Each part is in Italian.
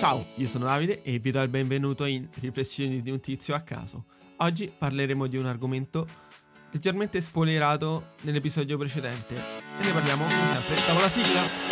Ciao, io sono Davide e vi do il benvenuto in Riflessioni di un tizio a caso. Oggi parleremo di un argomento leggermente spoilerato nell'episodio precedente e ne parliamo come sempre dopo la sigla.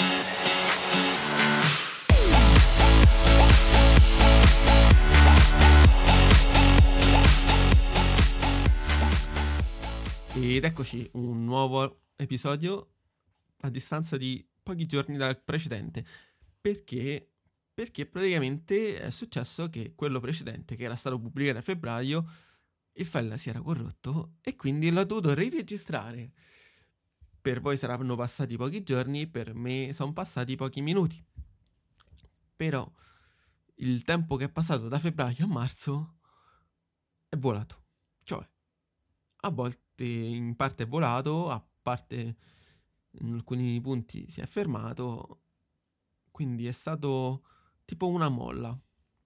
Ed eccoci, un nuovo episodio a distanza di pochi giorni dal precedente. Perché? Perché praticamente è successo che quello precedente, che era stato pubblicato a febbraio, il file si era corrotto e quindi l'ho dovuto riregistrare. Per voi saranno passati pochi giorni, per me sono passati pochi minuti. Però il tempo che è passato da febbraio a marzo è volato. Cioè, a volte in parte è volato, a parte in alcuni punti si è fermato, quindi è stato tipo una molla.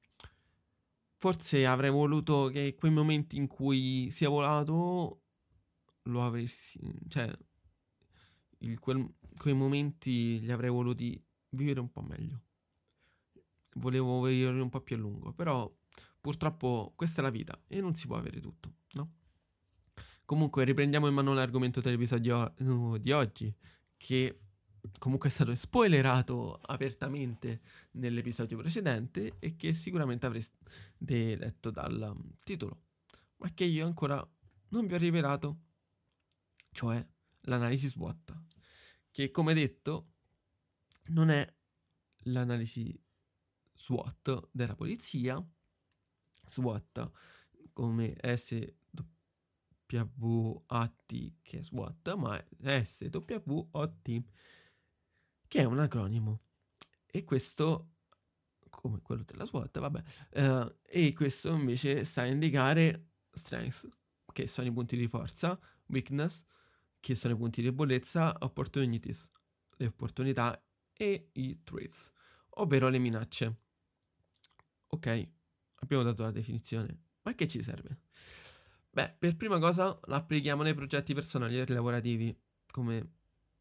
Forse avrei voluto che quei momenti in cui sia volato lo avessi, cioè quei momenti li avrei voluti vivere un po' meglio. Volevo vivere un po' più a lungo, però purtroppo questa è la vita e non si può avere tutto, no? Comunque riprendiamo in mano l'argomento dell'episodio di oggi, che comunque è stato spoilerato apertamente nell'episodio precedente e che sicuramente avreste letto dal titolo, ma che io ancora non vi ho rivelato, cioè l'analisi SWOT, che come detto non è l'analisi SWOT della polizia, SWOT come SWAT che è SWOT, ma è SWOT che è un acronimo. E questo, come quello della SWOT, vabbè, e questo invece sta a indicare strengths, che sono i punti di forza, weakness, che sono i punti di debolezza, opportunities, le opportunità, e i threats, ovvero le minacce. Ok, abbiamo dato la definizione, ma che ci serve? Beh, per prima cosa la applichiamo nei progetti personali e lavorativi come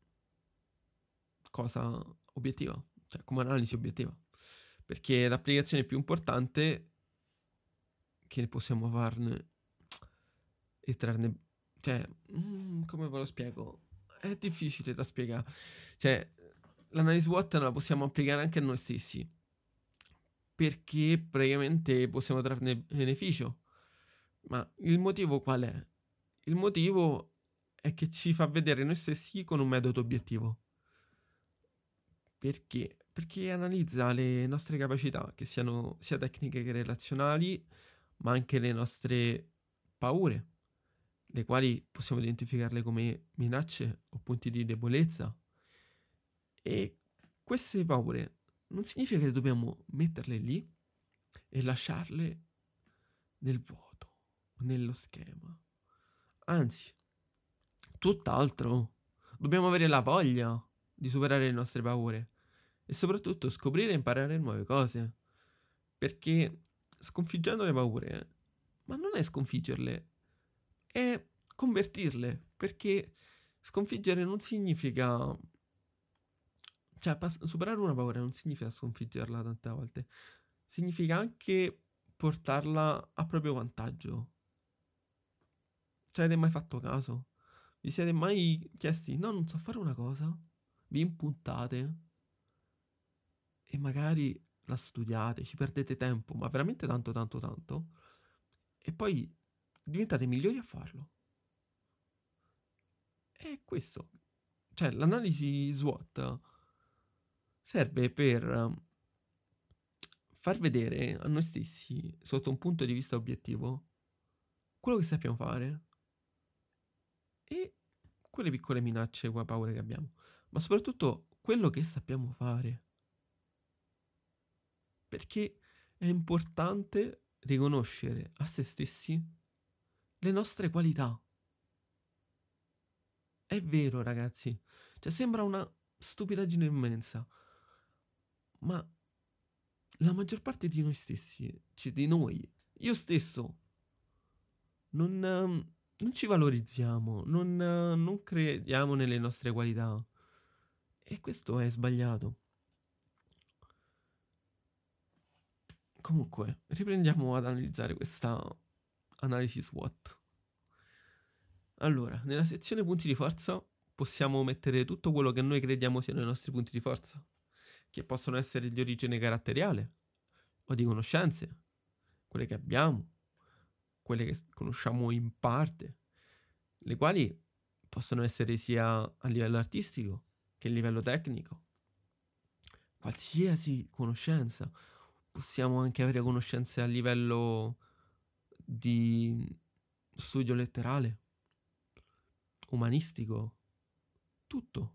cosa obiettiva, cioè come analisi obiettiva, perché è l'applicazione più importante che possiamo farne e trarne, cioè, come ve lo spiego? È difficile da spiegare. Cioè, l'analisi SWOT non la possiamo applicare anche a noi stessi, perché praticamente possiamo trarne beneficio. Ma il motivo qual è? Il motivo è che ci fa vedere noi stessi con un metodo obiettivo. Perché? Perché analizza le nostre capacità, che siano sia tecniche che relazionali, ma anche le nostre paure, le quali possiamo identificarle come minacce o punti di debolezza. E queste paure non significa che dobbiamo metterle lì e lasciarle nel vuoto, nello schema. Anzi, tutt'altro. Dobbiamo avere la voglia di superare le nostre paure e soprattutto scoprire e imparare nuove cose. Perché sconfiggendo le paure, ma non è sconfiggerle, è convertirle. Perché sconfiggere non significa, cioè superare una paura non significa sconfiggerla tante volte. Significa anche portarla a proprio vantaggio. Ci avete mai fatto caso? Vi siete mai chiesti, no, non so fare una cosa? Vi impuntate e magari la studiate, ci perdete tempo, ma veramente tanto, tanto, tanto, e poi diventate migliori a farlo. E questo, cioè l'analisi SWOT serve per far vedere a noi stessi, sotto un punto di vista obiettivo, quello che sappiamo fare e quelle piccole minacce o paure che abbiamo, ma soprattutto quello che sappiamo fare. Perché è importante riconoscere a se stessi le nostre qualità. È vero, ragazzi. Cioè, sembra una stupidaggine immensa, ma la maggior parte di noi stessi, cioè di noi, io stesso, non ci valorizziamo, non crediamo nelle nostre qualità. E questo è sbagliato. Comunque, riprendiamo ad analizzare questa analisi SWOT. Allora, nella sezione punti di forza possiamo mettere tutto quello che noi crediamo siano i nostri punti di forza, che possono essere di origine caratteriale o di conoscenze, quelle che abbiamo, quelle che conosciamo in parte, le quali possono essere sia a livello artistico che a livello tecnico. Qualsiasi conoscenza. Possiamo anche avere conoscenze a livello di studio letterale, umanistico, tutto.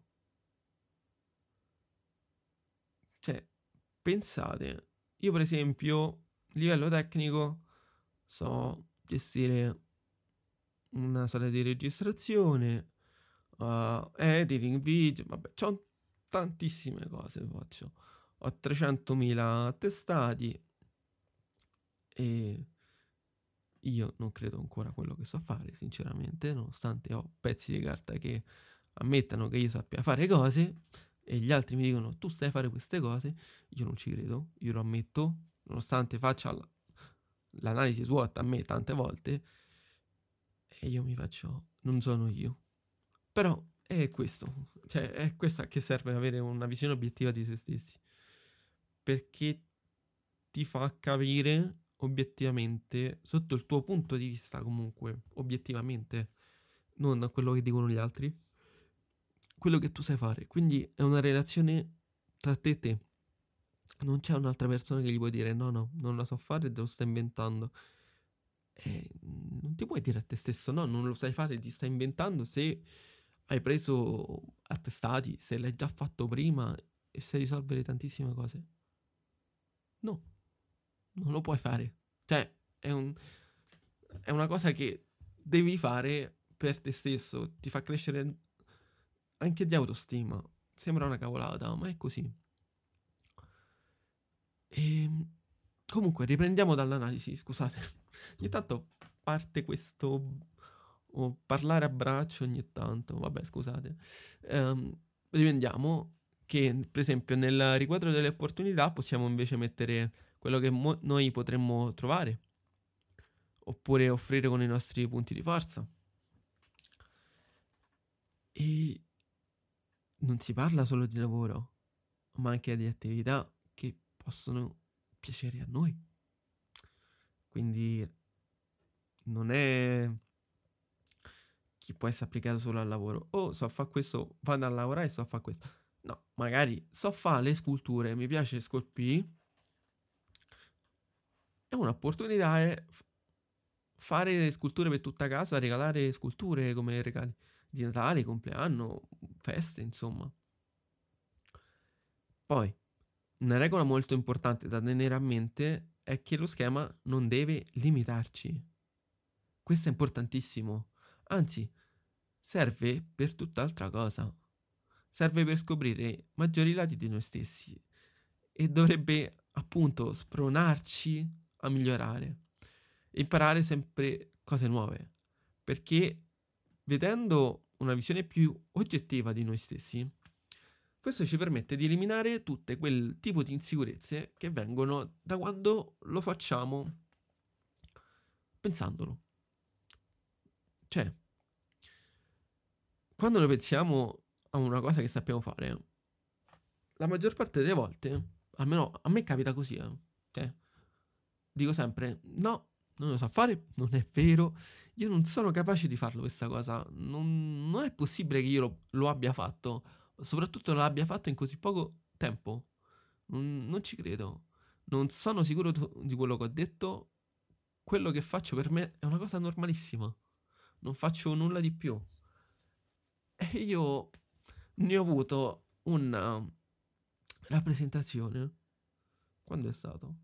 Cioè, pensate, io per esempio, a livello tecnico, so gestire una sala di registrazione, editing video, vabbè, c'ho tantissime cose che faccio. Ho 300.000 attestati e io non credo ancora a quello che so fare, sinceramente, nonostante ho pezzi di carta che ammettano che io sappia fare cose e gli altri mi dicono tu sai fare queste cose, io non ci credo, io lo ammetto, nonostante faccia l'analisi SWOT a me tante volte e io mi faccio, non sono io. Però è questo, cioè è questa che serve avere una visione obiettiva di se stessi, perché ti fa capire obiettivamente, sotto il tuo punto di vista comunque, obiettivamente, non quello che dicono gli altri, quello che tu sai fare. Quindi è una relazione tra te e te. Non c'è un'altra persona che gli può dire no, no, non la so fare, te lo stai inventando. Non ti puoi dire a te stesso no, non lo sai fare, ti stai inventando se hai preso attestati, se l'hai già fatto prima e sai risolvere tantissime cose. No, non lo puoi fare. Cioè, è una cosa che devi fare per te stesso, ti fa crescere anche di autostima. Sembra una cavolata, ma è così. E comunque, riprendiamo dall'analisi, scusate. Ogni tanto parte questo o parlare a braccio ogni tanto, vabbè, scusate. Riprendiamo che, per esempio, nel riquadro delle opportunità possiamo invece mettere quello che noi potremmo trovare, oppure offrire con i nostri punti di forza. E non si parla solo di lavoro, ma anche di attività che possono piacere a noi. Quindi non è che può essere applicato solo al lavoro. Oh, so fare questo, vado a lavorare e so fare questo. No, magari so fare le sculture, mi piace scolpire. E un'opportunità è fare le sculture per tutta casa, regalare sculture come regali di Natale, compleanno, feste, insomma. Poi, una regola molto importante da tenere a mente è che lo schema non deve limitarci. Questo è importantissimo. Anzi, serve per tutt'altra cosa. Serve per scoprire maggiori lati di noi stessi e dovrebbe appunto spronarci a migliorare e imparare sempre cose nuove, perché vedendo una visione più oggettiva di noi stessi, questo ci permette di eliminare tutte quel tipo di insicurezze che vengono da quando lo facciamo pensandolo. Cioè, quando noi pensiamo a una cosa che sappiamo fare, la maggior parte delle volte, almeno a me capita così, cioè, dico sempre, no, non lo so fare, non è vero, io non sono capace di farlo questa cosa, non è possibile che io lo abbia fatto, soprattutto l'abbia fatto in così poco tempo, non ci credo, non sono sicuro di quello che ho detto, quello che faccio per me è una cosa normalissima, non faccio nulla di più. E io ne ho avuto una rappresentazione, quando è stato?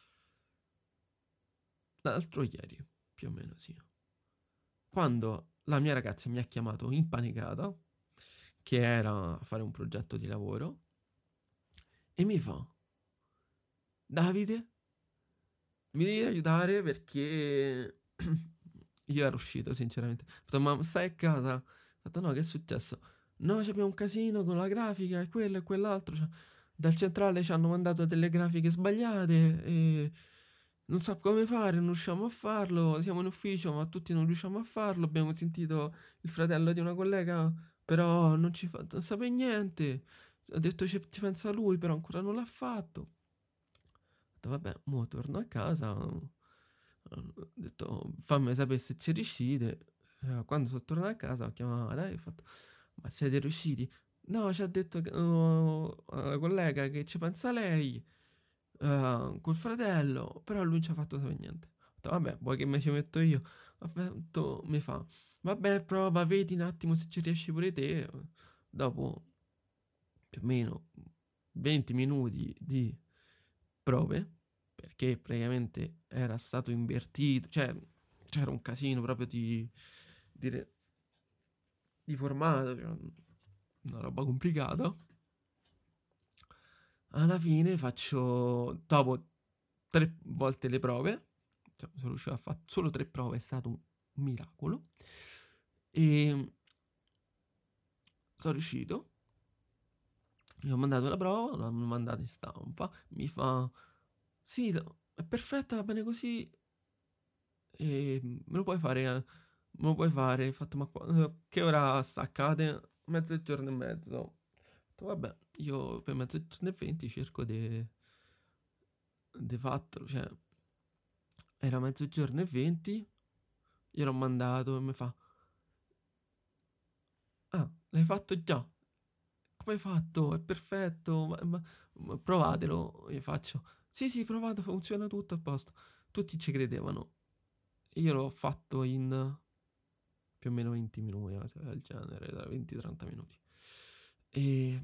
L'altro ieri, più o meno sì. Quando la mia ragazza mi ha chiamato impanicata, che era a fare un progetto di lavoro, e mi fa, Davide, mi devi aiutare perché io ero uscito, sinceramente. Ho fatto, ma stai a casa? Ho fatto, no, che è successo? No, abbiamo un casino con la grafica e quello e quell'altro. Cioè, dal centrale ci hanno mandato delle grafiche sbagliate e non so come fare, non riusciamo a farlo, siamo in ufficio, ma tutti non riusciamo a farlo. Abbiamo sentito il fratello di una collega, però non ci fa, non sapeva niente. Ha detto ci pensa lui, però ancora non l'ha fatto. Ho detto, vabbè, mo torno a casa. Ho detto, fammi sapere se ci riuscite. Quando sono tornato a casa, ho chiamato lei e ho fatto, ma siete riusciti? No, ci ha detto la collega che ci pensa lei, col fratello, però lui non ci ha fatto sapere niente. Ho detto, vabbè, vuoi che me ci metto io? Vabbè, mi fa, vabbè, prova, vedi un attimo se ci riesci pure te. Dopo più o meno 20 minuti di prove, perché praticamente era stato invertito, cioè c'era un casino proprio di, re- di formato, cioè, una roba complicata. Alla fine faccio, dopo 3 volte le prove, cioè, sono riuscito a fare solo 3 prove, è stato un miracolo. E sono riuscito, gli ho mandato la prova, l'hanno mandata in stampa, mi fa, sì, è perfetta, va bene così, e me lo puoi fare, me lo puoi fare. Ho fatto, ma che ora staccate? Mezzogiorno e mezzo. Ho detto, vabbè, io per mezzogiorno e 20 cerco di fatto, cioè, era mezzogiorno e 20, gliel'ho mandato e mi fa, ah, l'hai fatto già? Come hai fatto? È perfetto, ma provatelo. Io faccio, sì, sì, provato, funziona tutto a posto. Tutti ci credevano. Io l'ho fatto in più o meno 20 minuti, una cosa del genere, da 20-30 minuti. E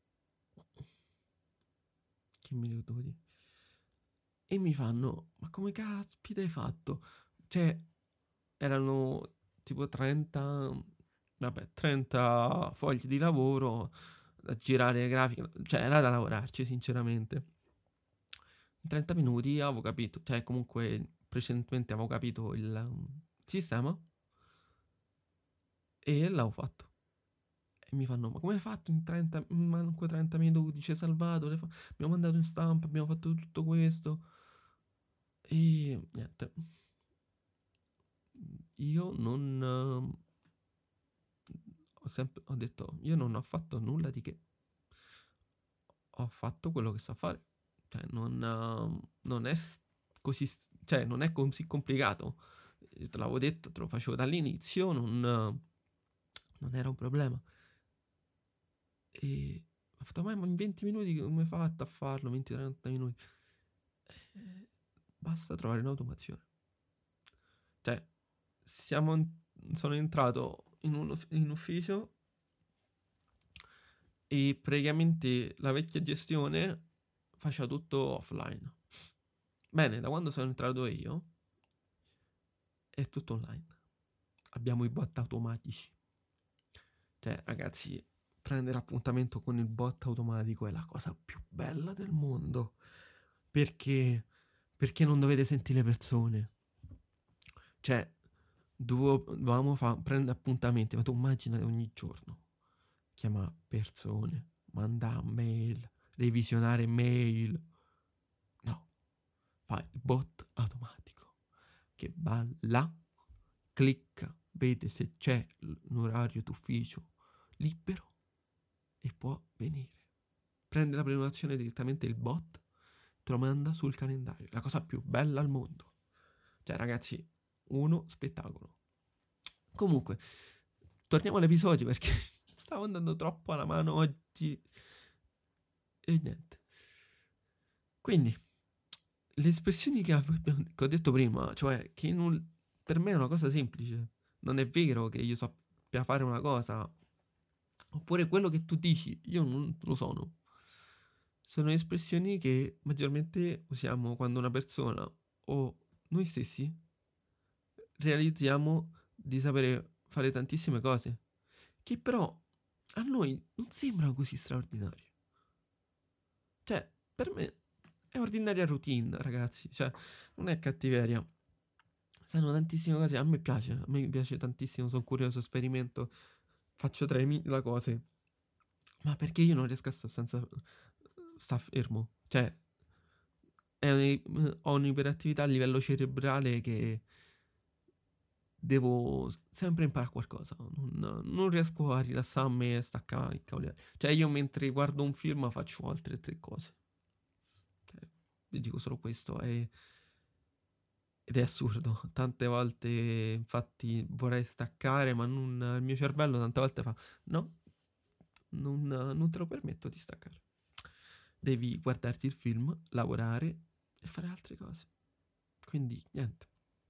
che minuti? E mi fanno, ma come caspita hai fatto? Cioè, erano tipo 30, vabbè, 30 fogli di lavoro da girare grafica, cioè era da lavorarci sinceramente. In 30 minuti avevo capito, cioè comunque precedentemente avevo capito il sistema e l'avevo fatto. E mi fanno, ma come hai fatto in 30, manco 30 minuti? Ci hai salvato, abbiamo mandato in stampa, abbiamo fatto tutto questo. E niente, io non... ho detto, io non ho fatto nulla di che. Ho fatto quello che so fare. Cioè, non è così, cioè, non è così complicato. Te l'avevo detto, te lo facevo dall'inizio, non era un problema. E ho fatto, ma in 20 minuti come hai fatto a farlo? 20-30 minuti. Eh, basta trovare un'automazione. Cioè, sono entrato in ufficio e praticamente la vecchia gestione faceva tutto offline. Bene, da quando sono entrato io è tutto online. Abbiamo i bot automatici. Cioè, ragazzi, prendere appuntamento con il bot automatico è la cosa più bella del mondo. Perché? Perché non dovete sentire le persone. Cioè, dovevamo prendere appuntamenti, ma tu immagina ogni giorno. Chiama persone, manda mail, revisionare mail. No, fa il bot automatico che va là, clicca, vede se c'è un orario d'ufficio libero e può venire. Prende la prenotazione direttamente il bot, te lo manda sul calendario. La cosa più bella al mondo. Cioè, ragazzi, uno spettacolo. Comunque, torniamo all'episodio perché stavo andando troppo alla mano oggi e niente. Quindi, le espressioni che ho detto prima, cioè che per me è una cosa semplice. Non è vero che io sappia fare una cosa, oppure quello che tu dici, io non lo sono. Sono espressioni che maggiormente usiamo quando una persona o noi stessi realizziamo di sapere fare tantissime cose, che però a noi non sembrano così straordinarie. Cioè, per me è ordinaria routine, ragazzi. Cioè, non è cattiveria. Sanno tantissime cose. A me piace tantissimo. Sono curioso, sperimento. Faccio 3000 cose. Ma perché io non riesco a stare senza sta fermo? Cioè, ho un'iperattività a livello cerebrale che devo sempre imparare qualcosa. Non riesco a rilassarmi e staccare i cavoli. Cioè, io mentre guardo un film faccio altre tre cose. Cioè, vi dico solo questo. Ed è assurdo. Tante volte, infatti, vorrei staccare, ma il mio cervello tante volte fa: no, non te lo permetto di staccare. Devi guardarti il film, lavorare e fare altre cose. Quindi, niente.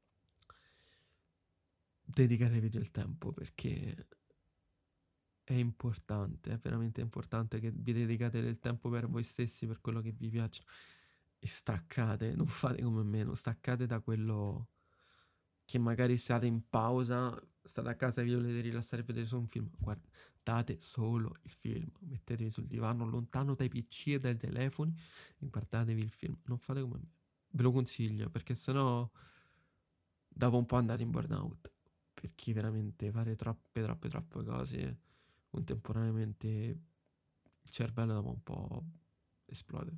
Dedicatevi del tempo perché è importante, è veramente importante che vi dedicate del tempo per voi stessi, per quello che vi piace. E staccate, non fate come me, non staccate da quello che magari state in pausa, state a casa e vi volete rilassare e vedere solo un film. Guardate solo il film, mettetevi sul divano lontano dai PC e dai telefoni e guardatevi il film. Non fate come me. Ve lo consiglio perché sennò dopo un po' andate in burnout. Perché veramente fare troppe cose contemporaneamente il cervello dopo un po' esplode.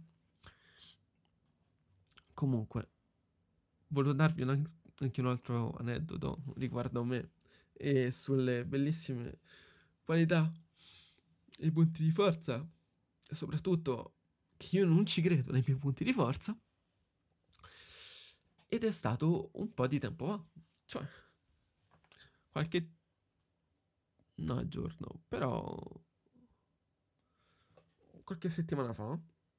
Comunque, volevo darvi anche un altro aneddoto riguardo a me e sulle bellissime qualità e punti di forza e soprattutto che io non ci credo nei miei punti di forza ed è stato un po' di tempo fa, cioè qualche no giorno, però qualche settimana fa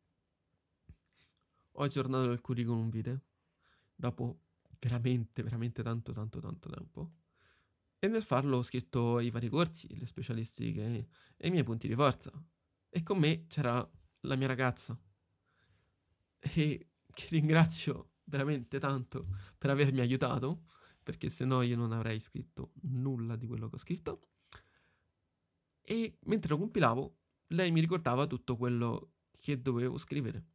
ho aggiornato il curriculum vitae dopo veramente tanto tempo. E nel farlo ho scritto i vari corsi, le specialistiche e i miei punti di forza. E con me c'era la mia ragazza. E che ringrazio veramente tanto per avermi aiutato, perché se no io non avrei scritto nulla di quello che ho scritto. E mentre lo compilavo, lei mi ricordava tutto quello che dovevo scrivere.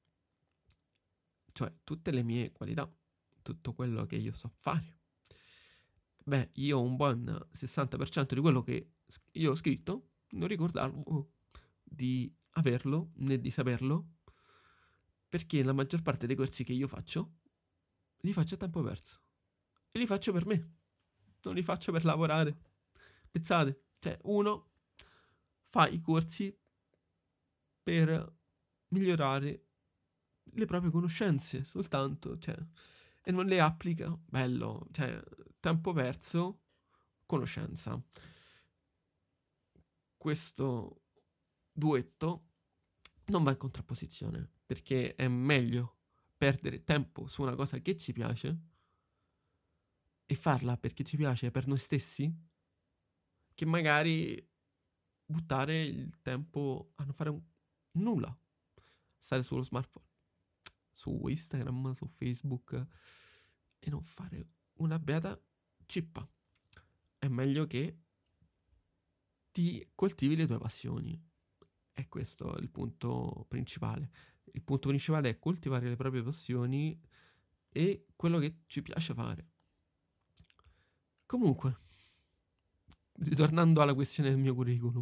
Cioè, tutte le mie qualità, tutto quello che io so fare. Beh, io un buon 60% di quello che io ho scritto non ricordavo di averlo né di saperlo, perché la maggior parte dei corsi che io faccio li faccio a tempo perso e li faccio per me, non li faccio per lavorare. Pensate, cioè uno fa i corsi per migliorare le proprie conoscenze soltanto, cioè, e non le applica. Bello, cioè, tempo perso, conoscenza. Questo duetto non va in contrapposizione, perché è meglio perdere tempo su una cosa che ci piace e farla perché ci piace per noi stessi, che magari buttare il tempo a non fare nulla, stare sullo smartphone, su Instagram, su Facebook e non fare una beata cippa. È meglio che ti coltivi le tue passioni. E questo è il punto principale. Il punto principale è coltivare le proprie passioni e quello che ci piace fare. Comunque, ritornando alla questione del mio curriculum,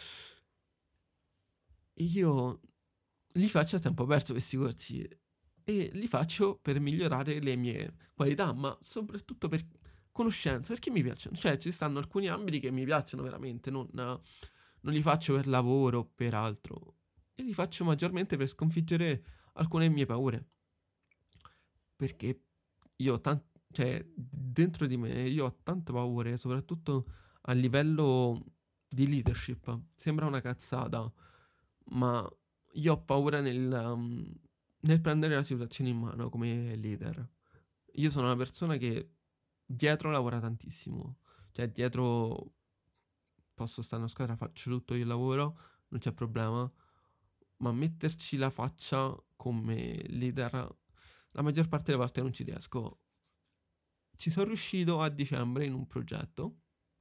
io li faccio a tempo perso questi corsi e li faccio per migliorare le mie qualità, ma soprattutto per conoscenza, perché mi piacciono. Cioè, ci stanno alcuni ambiti che mi piacciono veramente, non li faccio per lavoro o per altro. E li faccio maggiormente per sconfiggere alcune mie paure. Perché io ho cioè, dentro di me io ho tante paure, soprattutto a livello di leadership. Sembra una cazzata, ma io ho paura nel prendere la situazione in mano come leader. Io sono una persona che dietro lavora tantissimo. Cioè, dietro posso stare in una squadra, faccio tutto io il lavoro, non c'è problema. Ma metterci la faccia come leader, la maggior parte delle volte non ci riesco. Ci sono riuscito a dicembre in un progetto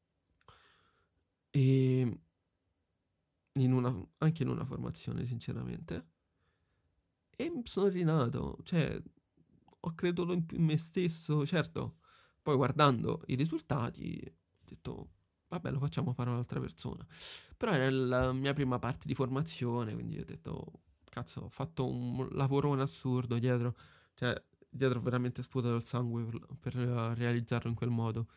e anche in una formazione, sinceramente. E mi sono rinato, cioè ho creduto in me stesso, certo. Poi guardando i risultati ho detto, vabbè, lo facciamo fare a un'altra persona. Però era la mia prima parte di formazione, quindi ho detto, cazzo, ho fatto un lavorone assurdo dietro, cioè dietro veramente sputato il sangue per realizzarlo in quel modo.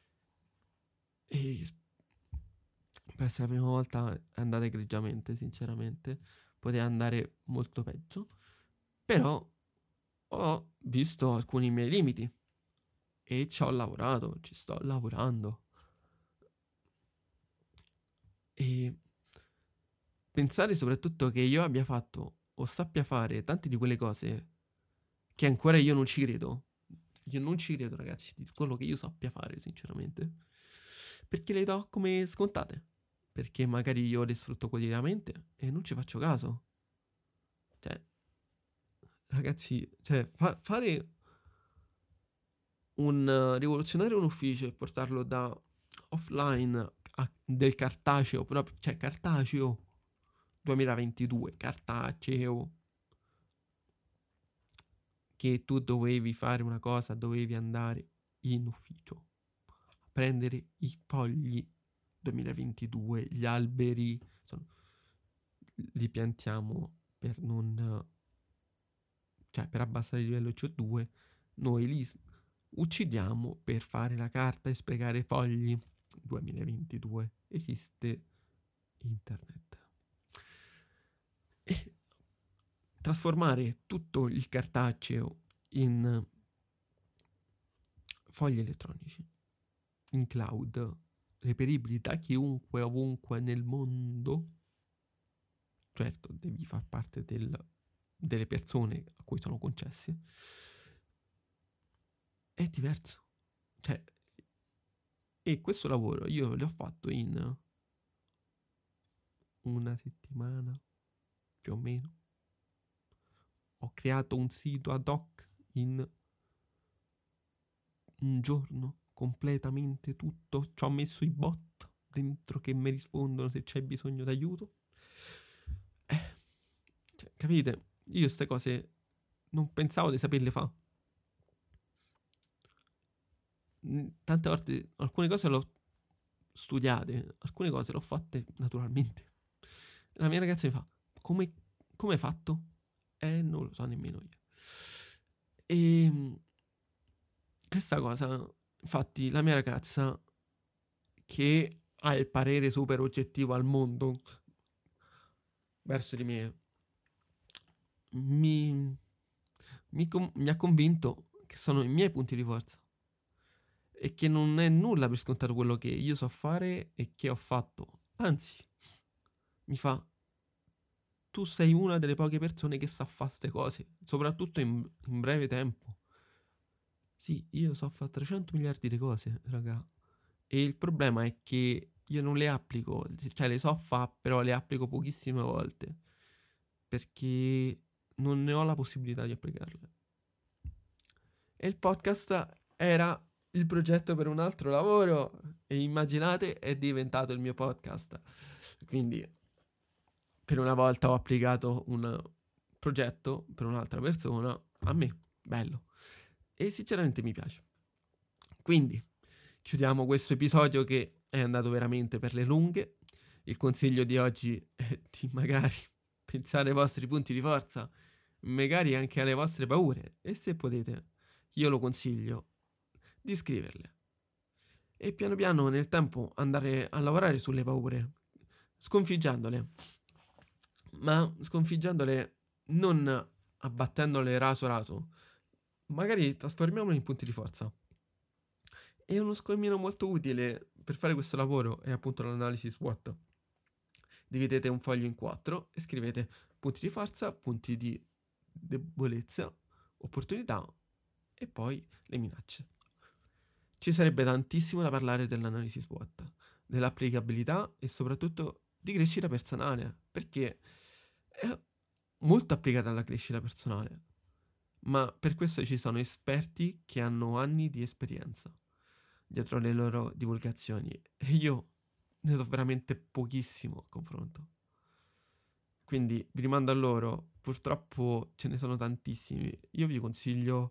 E per essere la prima volta è andata egregiamente, sinceramente. Poteva andare molto peggio, però ho visto alcuni miei limiti e ci ho lavorato, ci sto lavorando. E pensare soprattutto che io abbia fatto o sappia fare tante di quelle cose che ancora io non ci credo. Io non ci credo, ragazzi, di quello che io sappia fare, sinceramente. Perché le do come scontate. Perché magari io le sfrutto quotidianamente e non ci faccio caso. Cioè, ragazzi, cioè, fare rivoluzionare un ufficio e portarlo da offline del cartaceo, proprio, cioè cartaceo 2022, cartaceo, che tu dovevi fare una cosa, dovevi andare in ufficio, prendere i fogli 2022, gli alberi, li piantiamo per non, cioè per abbassare il livello CO2, noi uccidiamo per fare la carta e sprecare fogli. 2022 esiste internet. E trasformare tutto il cartaceo in fogli elettronici, in cloud, reperibili da chiunque, ovunque nel mondo. Certo, devi far parte delle persone a cui sono concessi. È diverso. Cioè, e questo lavoro io l'ho fatto in una settimana, più o meno. Ho creato un sito ad hoc in un giorno, completamente tutto. Ci ho messo i bot dentro che mi rispondono se c'è bisogno d'aiuto. Cioè, capite? Io queste cose non pensavo di saperle fare. Tante volte alcune cose l'ho studiate, alcune cose l'ho fatte naturalmente. La mia ragazza mi fa, come hai fatto? Non lo so nemmeno io. E questa cosa, infatti, la mia ragazza, che ha il parere super oggettivo al mondo verso di me, mi, mi ha convinto che sono i miei punti di forza e che non è nulla per scontato quello che io so fare e che ho fatto. Anzi, mi fa, tu sei una delle poche persone che sa fare queste cose, soprattutto in breve tempo. Sì, io so fare 300 miliardi di cose, raga. E il problema è che io non le applico, cioè le so fare, però le applico pochissime volte, perché non ne ho la possibilità di applicarle. E il podcast era il progetto per un altro lavoro e immaginate è diventato il mio podcast. Quindi per una volta ho applicato un progetto per un'altra persona a me, bello. E sinceramente mi piace. Quindi chiudiamo questo episodio che è andato veramente per le lunghe. Il consiglio di oggi è di magari pensare ai vostri punti di forza, magari anche alle vostre paure e se potete, io lo consiglio di scriverle e piano piano nel tempo andare a lavorare sulle paure, sconfiggendole, ma sconfiggendole non abbattendole raso raso, magari trasformiamole in punti di forza. E uno scolmino molto utile per fare questo lavoro è appunto l'analisi SWOT. Dividete un foglio in 4 e scrivete punti di forza, punti di debolezza, opportunità e poi le minacce. Ci sarebbe tantissimo da parlare dell'analisi SWOT, dell'applicabilità e soprattutto di crescita personale, perché è molto applicata alla crescita personale, ma per questo ci sono esperti che hanno anni di esperienza dietro le loro divulgazioni e io ne so veramente pochissimo a confronto. Quindi vi rimando a loro, purtroppo ce ne sono tantissimi. Io vi consiglio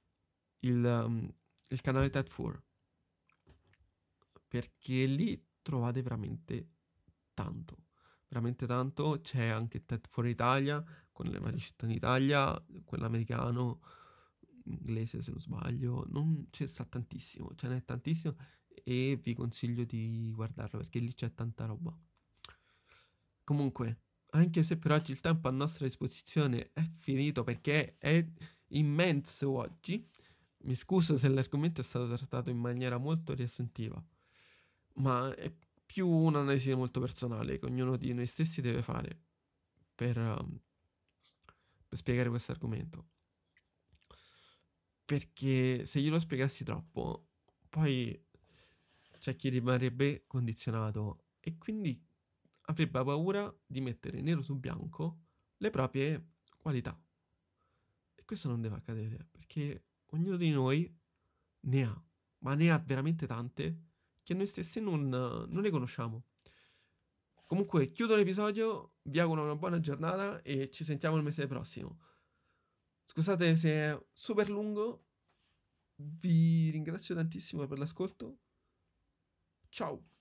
il canale TED4 perché lì trovate veramente tanto. veramente tanto. C'è anche TED for Italia, con le varie città in Italia, quello americano, inglese se non sbaglio, non ce sta tantissimo, ce n'è tantissimo e vi consiglio di guardarlo perché lì c'è tanta roba. Comunque, anche se per oggi il tempo a nostra disposizione è finito perché è immenso oggi, mi scuso se l'argomento è stato trattato in maniera molto riassuntiva, ma è più un'analisi molto personale che ognuno di noi stessi deve fare per spiegare questo argomento. Perché se glielo spiegassi troppo, poi c'è chi rimarrebbe condizionato e quindi avrebbe paura di mettere nero su bianco le proprie qualità. E questo non deve accadere, perché ognuno di noi ne ha, ma ne ha veramente tante che noi stessi non le conosciamo. Comunque, chiudo l'episodio, vi auguro una buona giornata e ci sentiamo il mese prossimo. Scusate se è super lungo, vi ringrazio tantissimo per l'ascolto. Ciao!